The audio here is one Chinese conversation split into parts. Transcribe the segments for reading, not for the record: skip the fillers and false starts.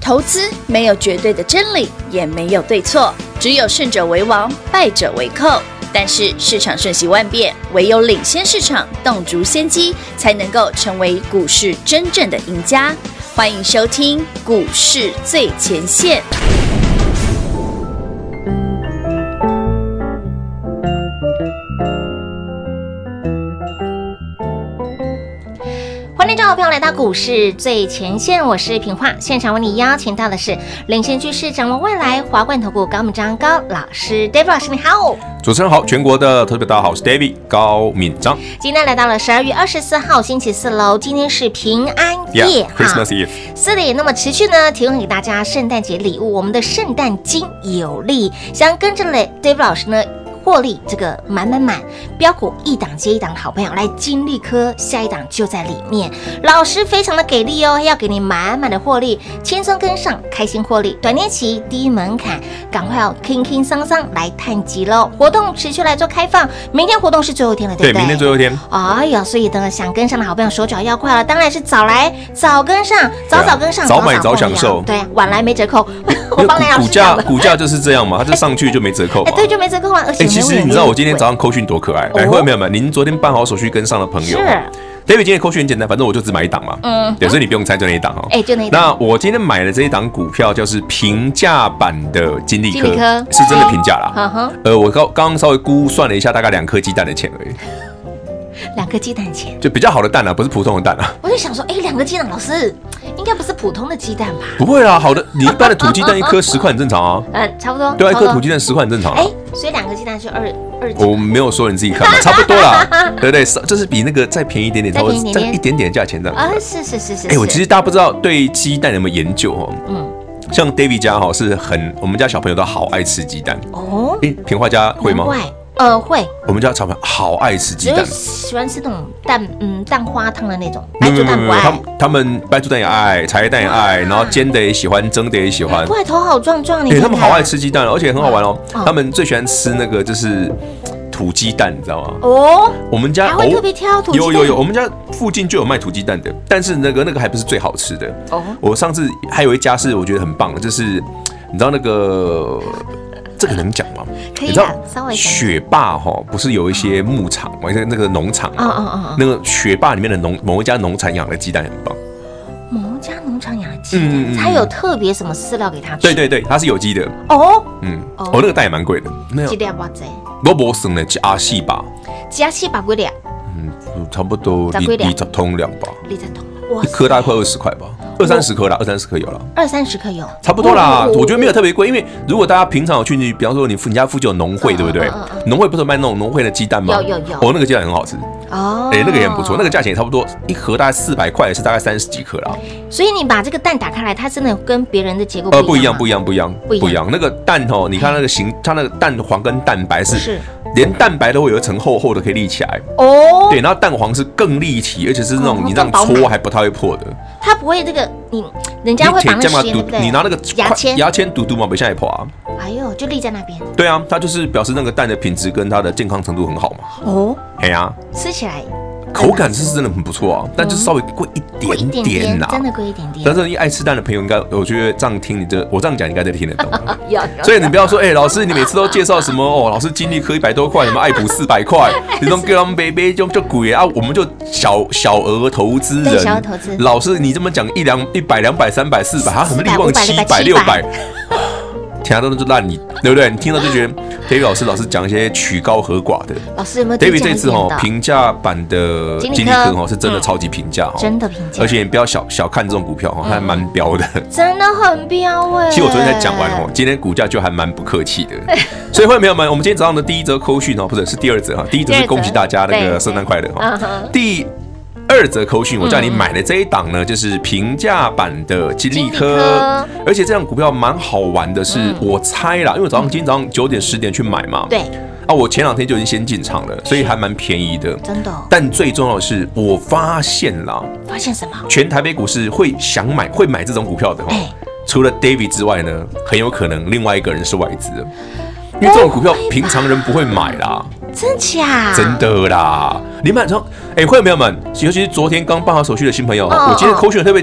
投资没有绝对的真理，也没有对错，只有胜者为王，败者为寇。但是市场瞬息万变，唯有领先市场，洞烛先机，才能够成为股市真正的赢家。欢迎收听股市最前线。 欢迎各位朋友来到股市最前线，我是平化，现场为你邀请到的是领先趋势、掌握未来华冠投顾高敏章高老师 ，David 老师你好。 主持人好，全国的投资者大家好，我是 David 高敏章。 今天来到了12月24号星期四喽，今天是平安夜 Christmas Eve。 是的，那么持续呢提供给大家圣诞节礼物，我们的圣诞金有利，想跟着David 老师呢获利这个满，标股一档接一档，好朋友来金利科，下一档就在里面。老师非常的给力哦，要给你满的获利，轻松跟上，开心获利，短天期低门槛，赶快要轻轻桑桑来探级喽！活动持续来做开放，明天活动是最后一天了，对不对？ 对，明天最后一天。 哎呀，所以呢，想跟上的好朋友手脚要快了，当然是早来早跟上，早跟上， 早买早享受。 对，晚来没折扣。 我帮股价就是这样嘛，它就上去就没折扣嘛。 对，就没折扣了，而且其实你知道我今天早上扣讯多可爱？来，会员朋友们，您昨天办好手续跟上的朋友，是 David 今天扣讯很简单，反正我就只买一档嘛，对，所以你不用猜就那一档哦。 就那一档。 那我今天买的这一档股票就是平价版的金利科，是真的平价啦。我刚刚稍微估算了一下，大概2颗鸡蛋的钱而已。 2颗鸡蛋钱， 就比较好的蛋啊，不是普通的蛋啊。 我就想说，2个鸡蛋，老师应该不是普通的鸡蛋吧？ 不会啦，好的，你一般的土鸡蛋1颗10块很正常啊。 差不多。 对啊，1颗土鸡蛋10块很正常啊。 所以2个鸡蛋就2。 我没有说，你自己看嘛，差不多啦，对不对？就是比那个再便宜一点点，再一点点的价钱这样。是。我其实大家不知道对鸡蛋有没有研究哦？像 David 家哈是我们家小朋友都好爱吃鸡蛋哦。平花家会吗？ 会。 我们家小朋友好爱吃鸡蛋， 喜欢吃那种蛋花汤的那种，白煮蛋不爱。 他们白煮蛋也爱，茶叶蛋也爱，然后煎的也喜欢，蒸的也喜欢。 怪头好壮壮， 他们好爱吃鸡蛋，而且很好玩哦。他们最喜欢吃那个就是土鸡蛋，你知道吗？我们家还会特别挑土鸡蛋。 有，我们家附近就有卖土鸡蛋的，但是那个还不是最好吃的。我上次还有一家是我觉得很棒的，就是你知道那个。这个能讲吗？ 可以， 你知道雪霸不是有一些牧场吗？那个农场那个雪霸里面的某一家农场养的鸡蛋很棒。 某家农场养的鸡蛋，它有特别什么饲料给它吃？ 对，它是有机的。那个蛋也蛮贵的。 几两包子？ 我没算的加4吧。 加4把几两？ 差不多20通2吧。 20通， 一颗大概快20块吧。20-30颗啦，20-30颗有了 ，20-30颗有， 差不多啦。我觉得没有特别贵，因为如果大家平常有去，比方说你家附近有农会，对不对？农会不是卖那种农会的鸡蛋吗？ 有。 那个鸡蛋很好吃哦，那个也很不错，那个价钱也差不多，一盒大概400块，也是大概30几颗啦。 所以你把这个蛋打开来，它真的跟别人的结构不一样。那个蛋你看那个它那个蛋黄跟蛋白是连蛋白都会有一层厚厚的可以立起来哦。对，然后蛋黄是更立体，而且是那种你这样搓还不太会破的。它不会这个人家会把那个你拿那个牙签嘟嘛，不像也破啊。 哎呦，就立在那边。 对啊，它就是表示那个蛋的品质跟它的健康程度很好嘛。吃起来口感是真的很不错啊，但就是稍微贵一点点啦， 真的贵一点点。 但是爱吃蛋的朋友应该，我觉得这样听我这样讲应该都听得懂。所以你不要说，老师你每次都介绍什么老师金利科100多块，什么爱普400块，你都给他们杯就贵啊，我们就小额投资人。小额投资。老师你这么讲100、200、300、400，还有什么利旺700、600。听到都烂你，对不对？你听到就觉得 David 老师讲一些曲高和寡的。 老师有没有 David 这次平价版的金利科是真的超级平价， 真的平价， 而且你不要小看这种股票它还蛮飙的， 真的很飙哎。 其实我昨天才讲完今天股价就还蛮不客气的。所以，朋友们，我们今天早上的第一则扣讯不是第二则第一则是恭喜大家那个圣诞快乐第2则扣讯，我叫你买的这一档呢，就是平价版的金利科，而且这张股票蛮好玩的是，我猜啦，因为我今天早上9点10点去买嘛， 对我前2天就已经先进场了，所以还蛮便宜的， 真的。 但最重要的是，我发现什么？ 全台北股市会买这种股票的除了 David 之外呢，很有可能另外一个人是外资。因为这种股票平常人不会买啦， 真假？ 真的啦！你买会员朋友们，尤其是昨天刚办好手续的新朋友，我今天扣讯特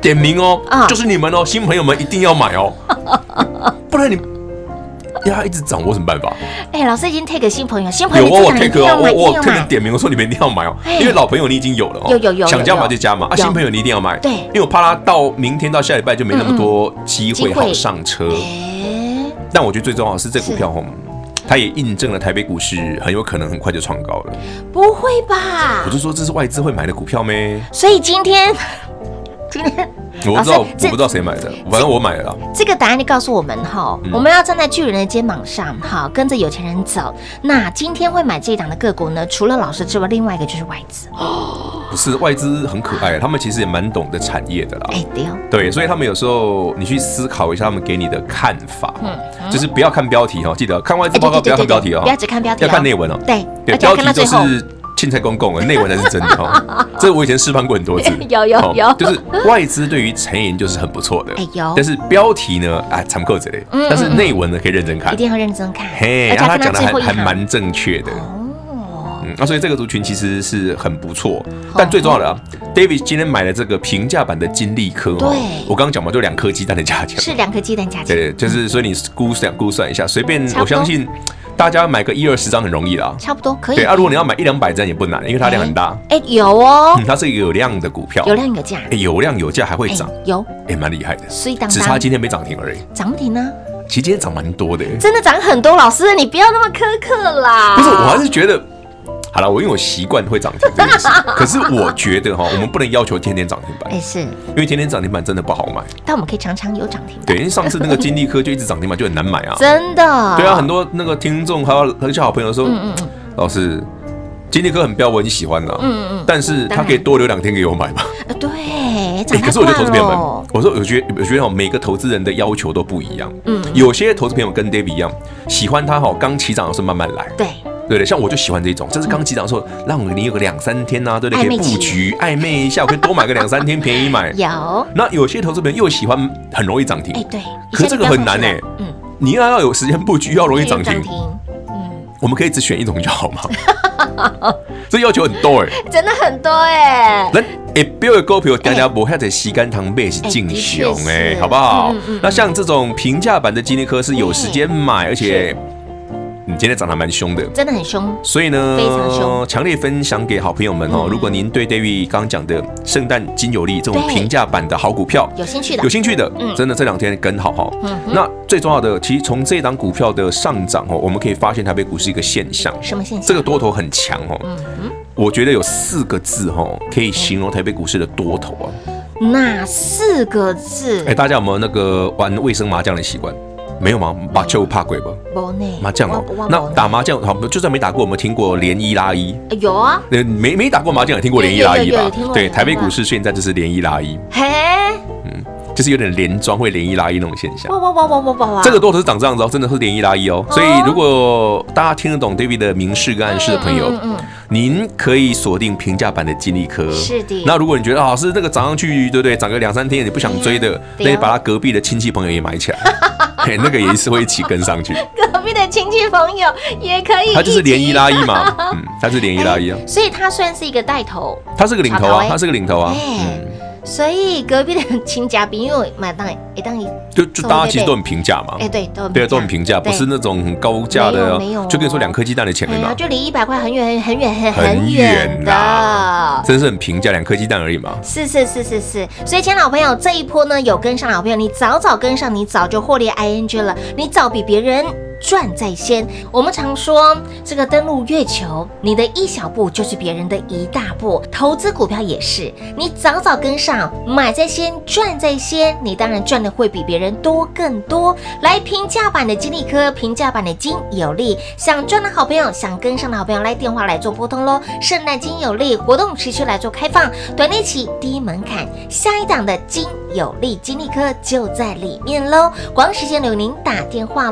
点名哦，就是你们哦，新朋友们一定要买哦，不然你要一直涨，我有什么办法？ 老师已经 take 新朋友，新朋友我 take 哦，我 take 点名，我说你们一定要买哦，因为老朋友你已经有了哦， 有想加码就加码啊，新朋友你一定要买， 对， 因为我怕他到明天到下礼拜就没那么多机会好上车。但我觉得最重要的是这股票它也印证了台北股市很有可能很快就创高了。 不会吧？ 我就说这是外资会买的股票咩？ 所以今天我不知道谁买的，反正我买了啦。 这个答案就告诉我们哈，我们要站在巨人的肩膀上，好跟着有钱人走。那今天会买这一档的个股呢，除了老师之外，另外一个就是外资。 不是外资很可爱，他们其实也蛮懂得产业的啦。对，所以他们有时候你去思考一下他们给你的看法，就是不要看标题哈，记得看外资报告不要看标题哦， 不要只看标题， 要看内文哦。 对， 标题都是青菜公共的，内文才是真的哦。这我以前示范过很多次。 有， 就是外资对于产业研究是很不错的。 有。 但是标题呢，参考之类。但是内文呢，可以认真看。 一定要认真看。 而且他讲的还蛮正确的。所以这个族群其实是很不错。但最重要的，David 今天买了这个平价版的金利科。 对。 我刚刚讲嘛，就2颗鸡蛋的价钱。 是2颗鸡蛋价钱。 对，就是所以你估算一下，随便我相信。大家买个10-20张很容易啦， 差不多可以。 对如果你要买100-200张也不难，因为它量很大。 有哦， 它是一个有量的股票， 有量有价， 有量有价还会涨， 有， 蛮厉害的。只差今天没涨停而已。 涨停呢？ 其实今天涨蛮多的， 真的涨很多。老师，你不要那么苛刻啦。 不是，我还是觉得。好了，因为我习惯会涨停这件事，可是我觉得我们不能要求天天涨停板， 是， 因为天天涨停板真的不好买。 但我们可以常常有涨停板。 对，因为上次那个金利科就一直涨停板，就很难买啊。 真的。 对啊，很多那个听众还有些好朋友说，老师，金利科很标，我很喜欢啦，但是他可以多留2天给我买吗？ 对， 可是我觉得投资朋友们，我觉得每个投资人的要求都不一样。有些投资朋友跟 David 一样，喜欢他刚起涨的时候慢慢来。对，像我就喜欢这种，就是刚起涨的时候，让你有个2-3天啊，对不对？可以布局暧昧一下，我可以多买个2-3天，便宜买。 有。 那有些投资朋友又喜欢很容易涨停， 对。 可是这个很难哎，你要有时间布局，要容易涨停。我们可以只选一种就好吗？这要求很多哎， 真的很多哎。 那标的股票大家不要在时间堂买是正常哎，好不好？那像这种平价版的金利科是有时间买，而且。你今天涨得蛮凶的， 真的很凶， 所以呢， 非常凶， 强烈分享给好朋友们哦。如果您对 David 刚刚讲的圣诞金有利这种平价版的好股票有兴趣的， 真的这2天跟好哈。那最重要的，其实从这档股票的上涨哦，我们可以发现台北股市一个现象， 什么现象？ 这个多头很强哦。我觉得有4个字哦，可以形容台北股市的多头啊。 哪4个字？ 大家有没有那个玩卫生麻将的习惯？没有吗？把球怕鬼吧？麻将哦，那打麻将好，就算没打过，我们听过连1拉1。 有啊， 没打过麻将也听过连1拉1吧？对，台北股市现在就是连1拉1。 嘿， 就是有点连庄会连1拉1那种现象。 哇！ 这个多头是长这样子哦，真的是连1拉1哦。所以如果大家听得懂 David 的明示跟暗示的朋友，您可以锁定平价版的金利科。 是的。 那如果你觉得老师那个涨上去，对不对？涨个2-3天你不想追的，那你把他隔壁的亲戚朋友也买起来。那个也是会一起跟上去， 隔壁的亲戚朋友也可以， 他就是连1拉1嘛，他是连1拉1啊， 所以他虽然是一个带头， 他是个领头啊，他是个领头啊， 所以隔壁的亲家朋友买当一就大家其实都很平价嘛， 对， 都很平价，不是那种很高价的，就跟你说2颗鸡蛋的钱而已嘛， 就离100块很远的， 真是很平价，2颗鸡蛋而已嘛。 是，所以亲爱的好朋友，这一波呢有跟上的好朋友，你早跟上，你早就获利 ING 了，你早比别人赚在先。我们常说这个登陆月球，你的1小步就是别人的1大步，投资股票也是，你早跟上，买在先，赚在先，你当然赚的会比别人多更多。来，平价版的金利科，平价版的金有利，想赚的好朋友，想跟上的好朋友，来电话来做拨通咯。圣诞金有利活动持续来做开放，短利期低门槛，下一档的金有利金利科就在里面咯。广告时间留您打电话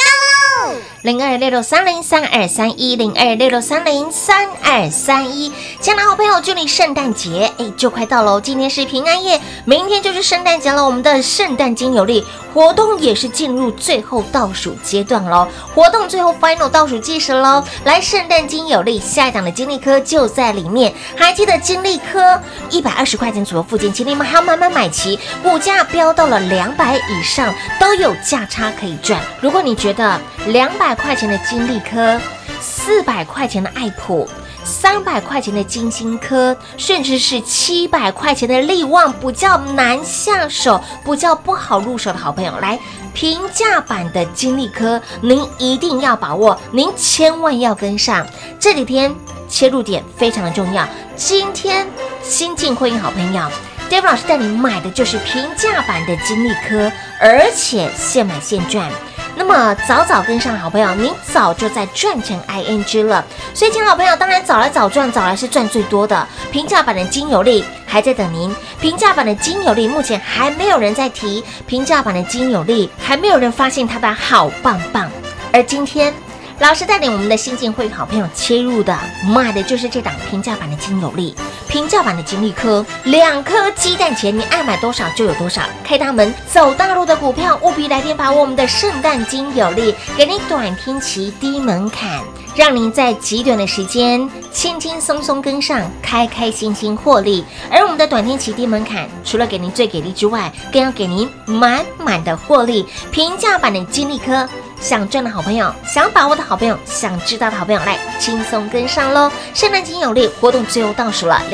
咯。0266303231，0266303231， 亲爱的好朋友，距离圣诞节就快到了，今天是平安夜，明天就是圣诞节了。我们的圣诞金有利活动也是进入最后倒数阶段喽，活动最后 final 倒数计时喽。来，圣诞金有利下一档的金利科就在里面，还记得金利科120块钱左右附近，请你们还要慢慢买齐，股价飙到了200以上，都有价差可以赚。如果你觉得200块钱的金利科、400块钱的爱普、300块钱的金星科，甚至是700块钱的力旺不叫难下手，不叫不好入手的好朋友，来平价版的金利科，您一定要把握，您千万要跟上。这几天切入点非常的重要，今天新进会员好朋友David 老师带你买的就是平价版的金利科，而且现买现赚。那么早早跟上好朋友，您早就在赚成 ING 了。所以亲爱的好朋友，当然早来早赚，早来是赚最多的。平价版的金有利还在等您，平价版的金有利目前还没有人在提，平价版的金有利还没有人发现它的好棒棒。而今天老师带领我们的新进会好朋友切入的，买的就是这档平价版的金有利，平价版的金利科，2颗鸡蛋钱，你爱买多少就有多少。开大门走大路的股票，务必来电把握我们的圣诞金有利，给你短天期低门槛，让您在极短的时间轻轻松松跟上，开开心心获利。而我们的短天期低门槛，除了给您最给力之外，更要给您满满的获利。平价版的金利科，想赚的好朋友，想把握的好朋友，想知道的好朋友，来轻松跟上喽！圣诞金有利活动最后倒数了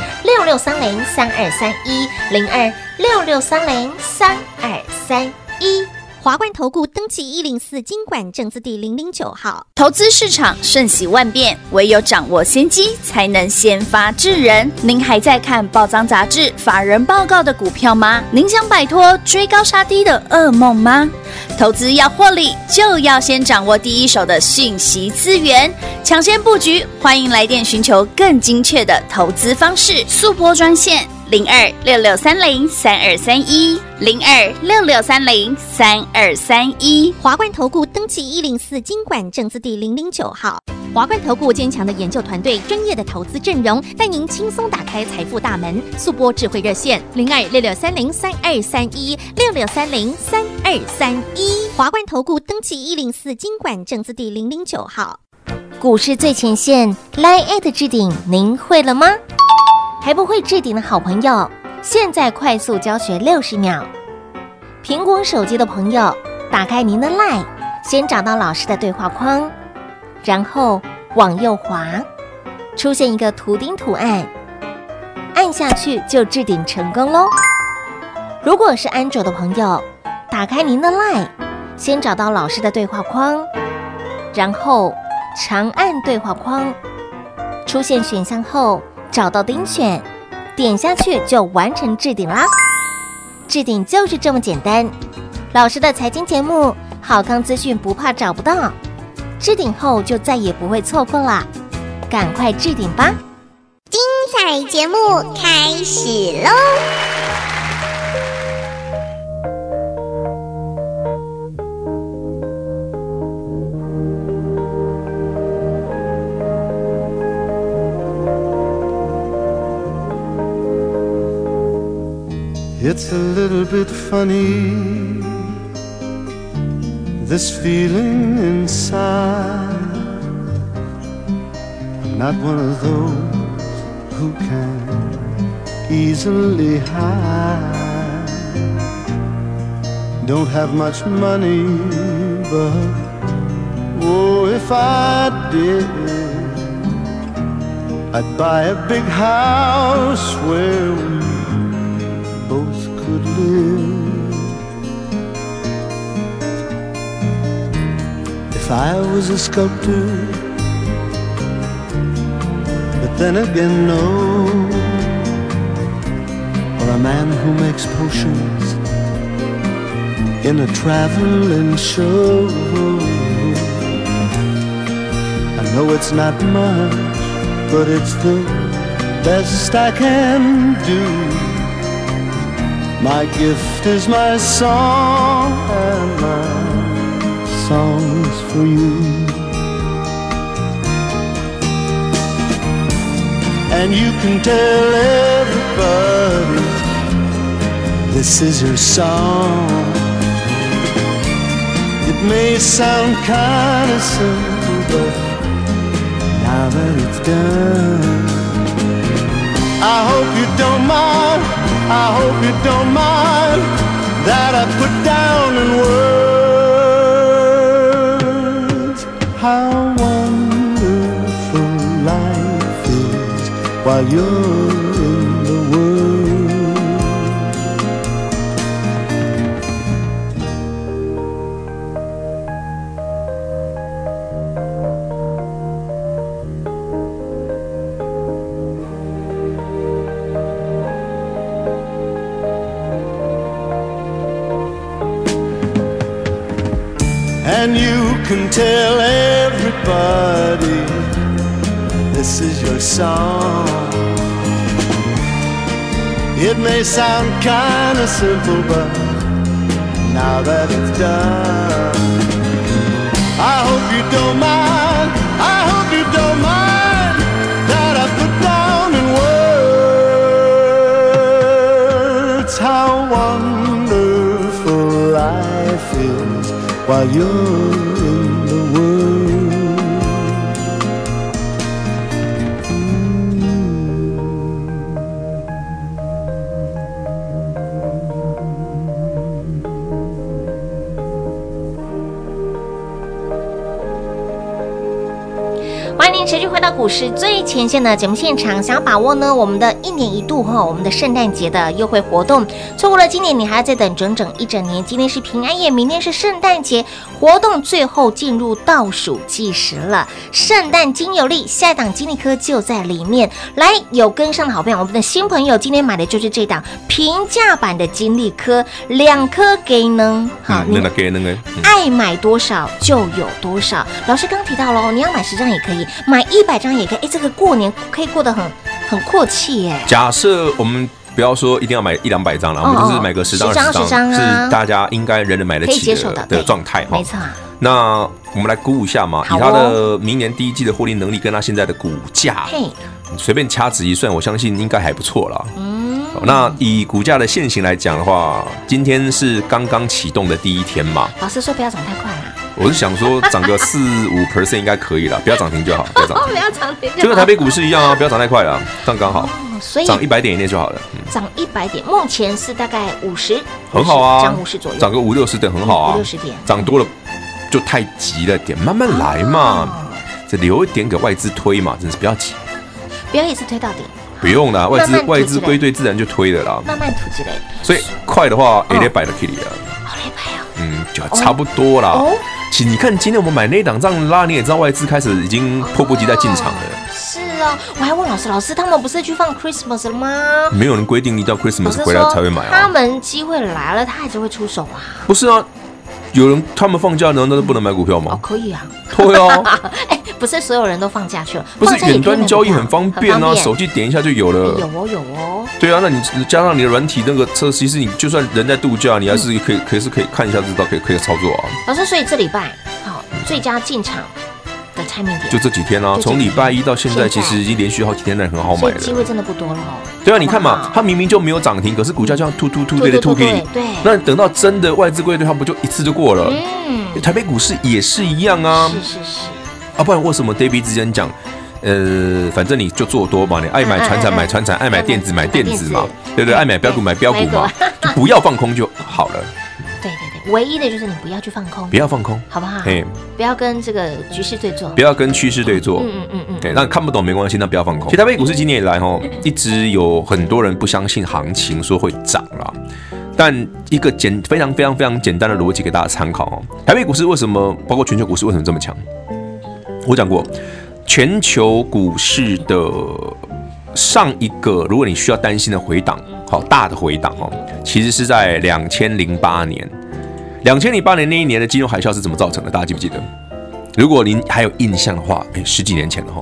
，02-6630-3231，02-6630-3231。 华冠投顾登记104金管证字第009号。 投资市场瞬息万变，唯有掌握先机，才能先发制人。您还在看报章杂志、法人报告的股票吗？您想摆脱追高杀低的噩梦吗？投资要获利，就要先掌握第一手的讯息资源，抢先布局。欢迎来电寻求更精确的投资方式，速拨专线02-6630-3231，02-6630-3231。 华冠投顾登记104金管证字第009号。华冠投顾坚强的研究团队，专业的投资阵容，带您轻松打开财富大门。速拨智慧热线02-6630-3231，6630-3231。华冠投顾登记104金管证字第009号。 股市最前线 LINE@ 置顶，您会了吗？还不会置顶的好朋友，现在快速教学60秒。苹果手机的朋友，打开您的 LINE， 先找到老师的对话框，然后往右滑，出现一个图钉图案，按下去就置顶成功咯。如果是安卓的朋友，打开您的 LINE， 先找到老师的对话框，然后长按对话框，出现选项后找到钉选，点下去就完成置顶啦。置顶就是这么简单。老师的财经节目，好康资讯不怕找不到，置顶后就再也不会错过啦，赶快置顶吧！ 精彩节目开始喽！ It's a little bit funny, this feeling inside. I'm not one of those who can easily hide. Don't have much money, but oh, if I did, I'd buy a big house where we both could live. If I was a sculptor, but then again no, or a man who makes potions in a traveling show. I know it's not much, but it's the best I can do. My gift is my song, and my song's for you. and you can tell everybody this is your song. It may sound kinda simple, but now that it's done, I hope you don't mind, I hope you don't mind that I put down in words how wonderful life is while you're in the world. And you can tell everybody this is your song. It may sound kinda simple, but now that it's done, I hope you don't mind, I hope you don't mind that I put down in words how wonderful life is while you're in the world. 欢迎您持续回到股市最前线的节目现场，想要把握呢我们的1年1度我们的圣诞节的优惠活动，错过了今年你还要再等整整1整年。今天是平安夜，明天是圣诞节，活动最后进入倒数计时了。圣诞金有利，下一档金利科就在里面。来，有跟上的好朋友，我们的新朋友今天买的就是这档平价版的金利科，2颗给呢。好，你爱买多少就有多少。老师刚提到了，你要买10张也可以，买100张也可以。这个过年可以过得很阔气耶。 假设我们不要说一定要买100-200张了，我们就是买个10张20张，是大家应该人人买得起的状态哈。 没错。 那我们来估一下嘛，以它的明年第一季的获利能力跟它现在的股价，随便掐指一算，我相信应该还不错啦。那以股价的现行来讲的话，今天是刚刚启动的第一天嘛。 老师说不要涨太快啦。 我是想说涨个4-5% 应该可以了，不要涨停就好，不要涨停。 不要涨停， 就跟台北股市一样啊，不要涨太快了，这样刚好。 所以涨100点以内就好了。 涨100点，目前是大概50， 很好啊， 涨50左右， 涨个50-60点很好啊。 50-60点， 涨多了就太急了点，慢慢来嘛，这留一点给外资推嘛，真是不要急， 不要一次推到底。 不用啦，外资归队自然就推了啦， 慢慢吐之类。 所以快的话，100的 Kitty 啊， 好100哦， 就差不多啦。其实你看今天我们买那档这样拉，你也知道外资开始已经迫不及待进场了。 是啊，我还问老师，他们不是去放 Christmas 了吗？ 没有人规定一到 Christmas 回来才会买啊。 他们机会来了，他还是会出手啊。 不是啊，有人他们放假难道都不能买股票吗？ 哦，可以啊。 对啊。 不是所有人都放假去了， 不是远端交易很方便啊，手机点一下就有了。 有哦。 对啊，那你加上你的软体那个测试，其实你就算人在度假，你还是可以看一下知道可以操作啊。 老师，所以这礼拜最佳进场的timing点就这几天啊，从礼拜1到现在，其实已经连续好几天了，很好买了。 机会真的不多了。 对啊，你看嘛，它明明就没有涨停，可是股价就像突给你。 对。 那等到真的外资归队，它不就一次就过了？台北股市也是一样啊。 是。 啊，不然为什么 David 之前讲，反正你就做多嘛，你爱买传产买传产，爱买电子买电子嘛，对不对？爱买标股买标股嘛，就不要放空就好了。 对，唯一的就是你不要去放空， 不要放空， 好不好？不要跟这个局势对做， 不要跟趋势对做。对，那看不懂没关系，那不要放空。其实台北股市今年以来一直有很多人不相信行情，说会涨啦。但一个非常简单的逻辑给大家参考台北股市为什么，包括全球股市为什么这么强？我讲过，全球股市的上一个，如果你需要担心的回档，大的回档其实是在2008年。2008年那一年的金融海啸是怎么造成的？大家记不记得？如果您还有印象的话，10几年前的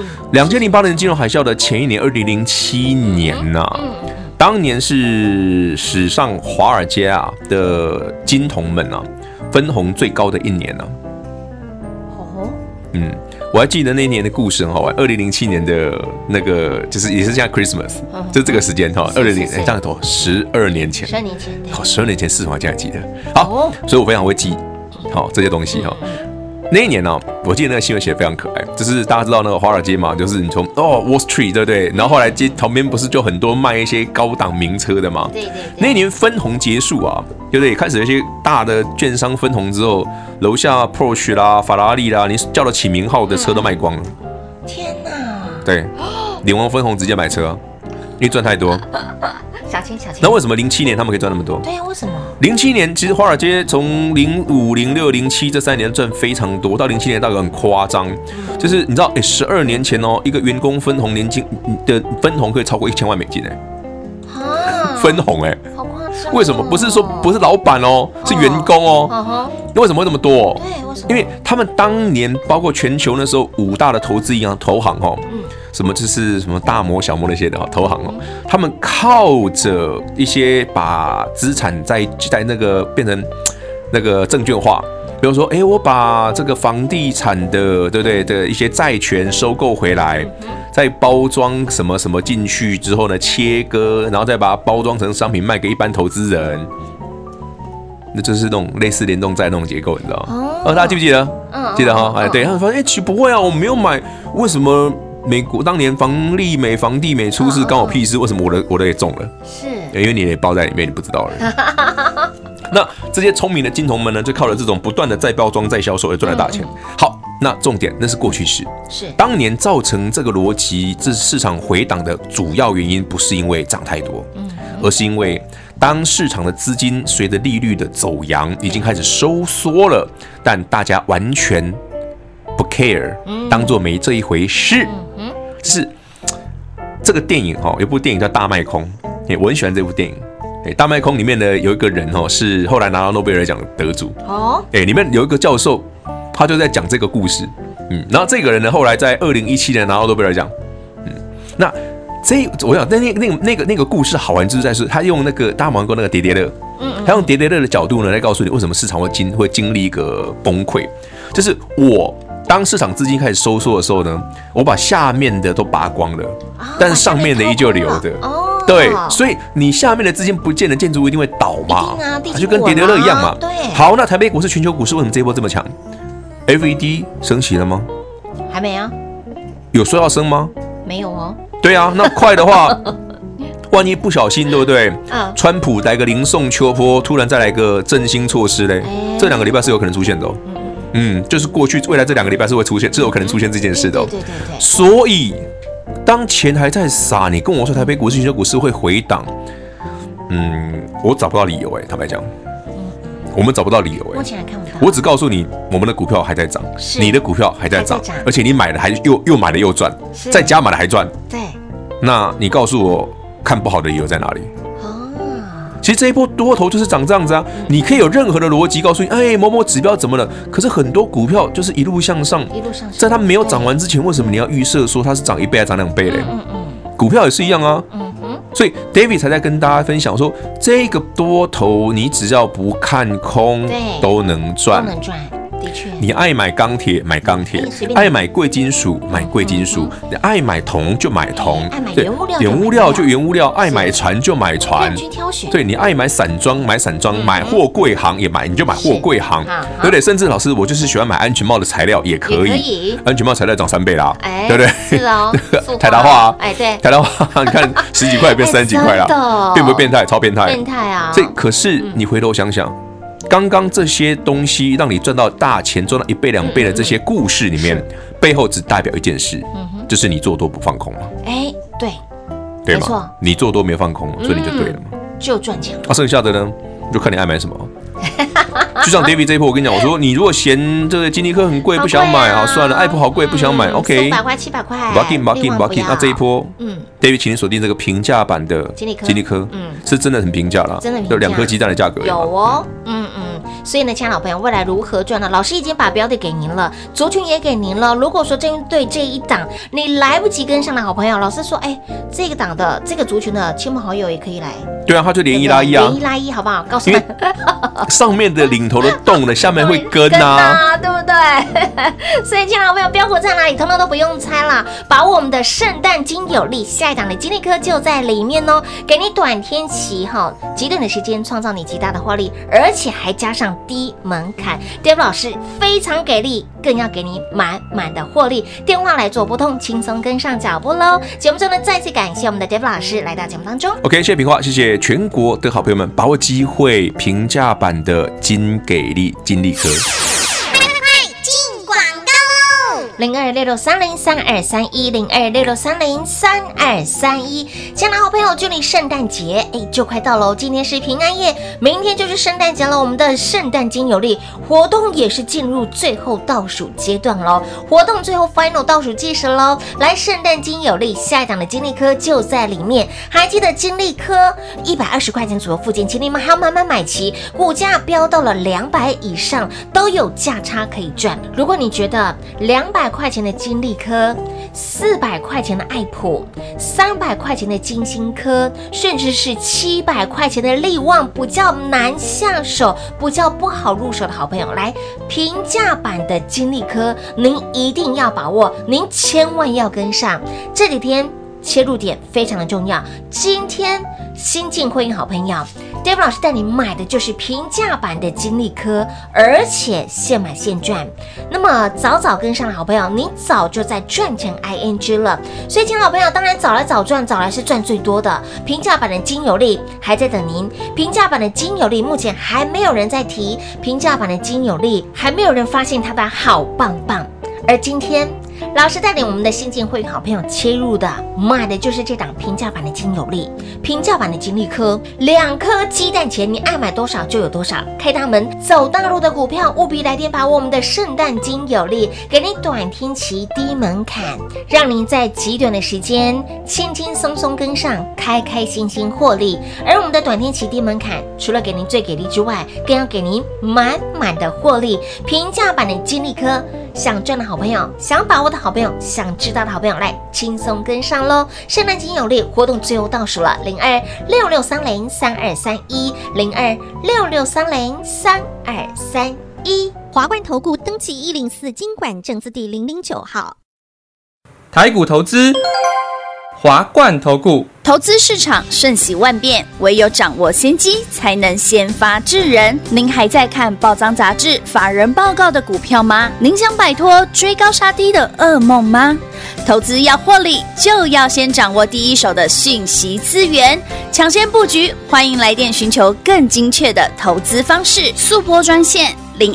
2008年金融海啸的前一年，2007年呐，当年是史上华尔街的金童们分红最高的一年我还记得那一年的故事很好玩。2007年的那个就是也是像 Christmas， 就是这个时间哈，20这样多12年前，12年前，好，12年前4我竟然记得。好，所以我非常会记好这些东西哈。那一年呢，我记得那个新闻写得非常可爱，就是大家知道那个华尔街嘛，就是你从Wall Street 对不对？然后后来街旁边不是就很多卖一些高档名车的嘛？对。那一年分红结束啊，对不对？开始有一些大的券商分红之后，楼下 Porsche 啦、法拉利啦，你叫得起名号的车都卖光了。 天哪！ 对，领完分红直接买车，因为赚太多。 小钱。 那为什么07年他们可以赚那么多？ 对啊，为什么 ？07年其实华尔街从05、06、07这3年赚非常多，到07年大概很夸张，就是你知道，12年前哦，一个员工分红年金的分红可以超过1000万美金分红好夸张！ 为什么？不是老板哦，是员工哦。那为什么会这么多？ 对，为什么？ 因为他们当年包括全球那时候5大的投资银行投行什么就是什么大摩、小摩那些的投行他们靠着一些把资产在那个变成那个证券化，比如说我把这个房地产的对不对的一些债权收购回来，再包装什么什么进去之后呢，切割，然后再把它包装成商品卖给一般投资人。那就是那种类似联动债那种结构，你知道吗？大家记不记得？记得哈。对，他们发现其实不会啊，我没有买，为什么？美国当年房地美出事，关我屁事？为什么我的也中了？是，因为你也包在里面，你不知道了。那这些聪明的金童们呢，就靠着这种不断的再包装、再销售，而赚了大钱。好，那重点那是过去式。是当年造成这个逻辑，这市场回档的主要原因，不是因为涨太多，而是因为当市场的资金随着利率的走扬，已经开始收缩了，但大家完全不 care， 当作没这一回事。是这个电影有一部电影叫《大卖空》，我很喜欢这部电影。《大卖空》里面呢有一个人是后来拿到诺贝尔奖的得主。里面有一个教授，他就在讲这个故事。然后这个人呢后来在2017年拿到诺贝尔奖。那我想那个故事好玩就是在是他用那个大家玩过那个叠叠乐，他用叠叠乐的角度呢来告诉你为什么市场会经历一个崩溃，就是当市场资金开始收缩的时候呢，我把下面的都拔光了，但是上面的依旧留着。对，所以你下面的资金不见得建筑物一定会倒嘛，就跟叠叠乐一样嘛。对。好，那台北股市、全球股市为什么这一波这么强 ？FED 升息了吗？ 还没啊。 有说要升吗？ 没有哦。 对啊，那快的话，万一不小心，对不对？川普来个零送秋波，突然再来个振兴措施嘞，这2个礼拜是有可能出现的。就是过去、未来这2个礼拜是会出现，是有可能出现这件事的。对。所以，当钱还在撒，你跟我说台北股市、全球股市会回档，我找不到理由坦白讲，我们找不到理由目前来看不到。我只告诉你，我们的股票还在涨，你的股票还在涨，而且你买了还又买了又赚，再加码了还赚。对。那你告诉我，看不好的理由在哪里？其实这一波多头就是长这样子啊！你可以有任何的逻辑告诉你，某某指标怎么了？可是很多股票就是一路向上，在它没有涨完之前，为什么你要预设说它是涨1倍还涨2倍嘞？股票也是一样啊。所以 David 才在跟大家分享说，这个多头你只要不看空，都能赚。的确，你爱买钢铁买钢铁，爱买贵金属买贵金属，你爱买铜就买铜，爱买原物料就原物料，爱买船就买船，对，你爱买散装买散装，买货柜行也买，你就买货柜行，对不对？甚至老师，我就是喜欢买安全帽的材料也可以，安全帽材料涨3倍啦，对不对？是哦，台达化对，台达化你看10几块变30几块啦，变不变态？超变态，变态啊！所以可是你回头想想。刚刚这些东西让你赚到大钱，赚到1倍2倍的这些故事里面，背后只代表一件事，就是你做多不放空了。对吗？你做多没放空，所以你就对了嘛， 就赚钱。 剩下的呢，就看你爱买什么。就像 David 这一波，我跟你讲，我说你如果嫌这个金立科很贵，不想买啊，算了，爱普好贵，不想买 ，OK， 500块、700块， 不要。那这一波，David 请你锁定这个平价版的金立科，是真的很平价啦，真的有2颗鸡蛋的价格。 有哦， 所以呢，亲爱的老朋友，未来如何赚呢？老师已经把标的给您了，族群也给您了。如果说针对这一档你来不及跟上的好朋友，老师说，这个档的这个族群的亲朋好友也可以来。 对啊，他就连一拉一啊， 连一拉一，好不好？告诉你， 上面的领头的动了，下面会跟啊， 对不对？所以，亲爱的朋友，标股在哪里，通通都不用猜了，把握我们的圣诞金有利，下一档的金利科就在里面哦，给你短天期极短的时间创造你极大的获利，而且还加上低门槛。David 老师非常给力，更要给你满满的获利。电话来做拨通，轻松跟上脚步喽。节目中呢，再次感谢我们的 David 老师来到节目当中。 OK， 谢谢平花，谢谢全国的好朋友们，把握机会，平价版的金给力金利科。 0266303231，0266303231，亲爱的好朋友，距离圣诞节就快到了，今天是平安夜，明天就是圣诞节了。我们的圣诞金有利活动也是进入最后倒数阶段喽，活动最后 final 倒数计时喽。来，圣诞金有利，下一档的金利科就在里面。还记得金利科120块钱左右附近，请你们还要慢慢买齐，股价飙到了200以上，都有价差可以赚。如果你觉得200块钱的金利科，400块钱的爱普，300块钱的金星科，甚至是700块钱的力旺，比较难下手，比较不好入手的好朋友，来平价版的金利科，您一定要把握，您千万要跟上。这几天切入点非常的重要。今天新进会员好朋友 David 老师带你买的就是平价版的金利科，而且现买现赚。那么早早跟上的好朋友，你早就在赚成 ING 了。所以亲爱的好朋友，当然早来早赚，早来是赚最多的。平价版的金有利还在等您，平价版的金有利目前还没有人在提，平价版的金有利还没有人发现它的好棒棒。而今天老师带领我们的新进会员好朋友切入的，买的就是这档平价版的金有利，平价版的金利科，2颗鸡蛋钱，你爱买多少就有多少。开大门走大路的股票，务必来电把握我们的圣诞金有利，给你短天期低门槛，让您在极短的时间轻轻松松跟上，开开心心获利。而我们的短天期低门槛，除了给您最给力之外，更要给您满满的获利。平价版的金利科，想赚的好朋友，想把握的好朋友，想知道的好朋友，来轻松跟上喽！圣诞金有利活动最后倒数了，0266303231，0266303231。 华冠投顾登记104金管证字第009号。 台股投资，华冠投顾。 投资市场瞬息万变，唯有掌握先机，才能先发制人。您还在看报章杂志、法人报告的股票吗？您想摆脱追高杀低的噩梦吗？投资要获利，就要先掌握第一手的讯息资源，抢先布局。欢迎来电寻求更精确的投资方式，速拨专线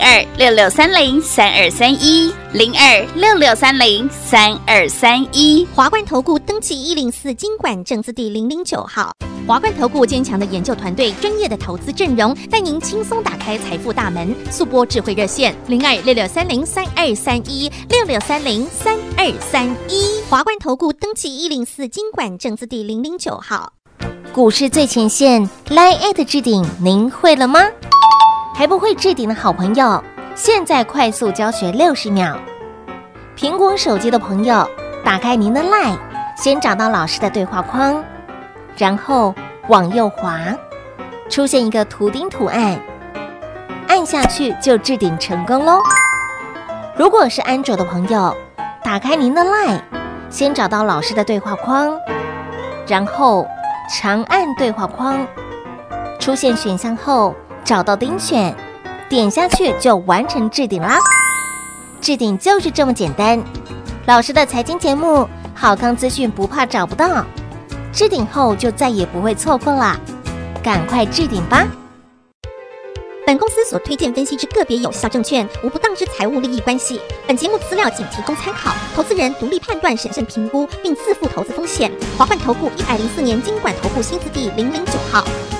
02-6630-3231，02-6630-3231。 华冠投顾登记104金管证字第009号。华冠投顾坚强的研究团队，专业的投资阵容，带您轻松打开财富大门。速拨智慧热线02-6630-3231，6630-3231。华冠投顾登记104金管证字第009号。 股市最前线 LINE@ 置顶，您会了吗？还不会置顶的好朋友，现在快速教学60秒。苹果手机的朋友，打开您的 LINE， 先找到老师的对话框，然后往右滑，出现一个图钉图案，按下去就置顶成功咯。如果是安卓的朋友，打开您的 LINE， 先找到老师的对话框，然后长按对话框，出现选项后找到钉选，点下去就完成置顶啦。置顶就是这么简单。老师的财经节目，好康资讯不怕找不到，置顶后就再也不会错过啦，赶快置顶吧。 本公司所推荐分析之个别有效证券，无不当之财务利益关系。本节目资料仅提供参考，投资人独立判断、审慎评估，并自负投资风险。华冠投顾104年金管投顾新字第009号。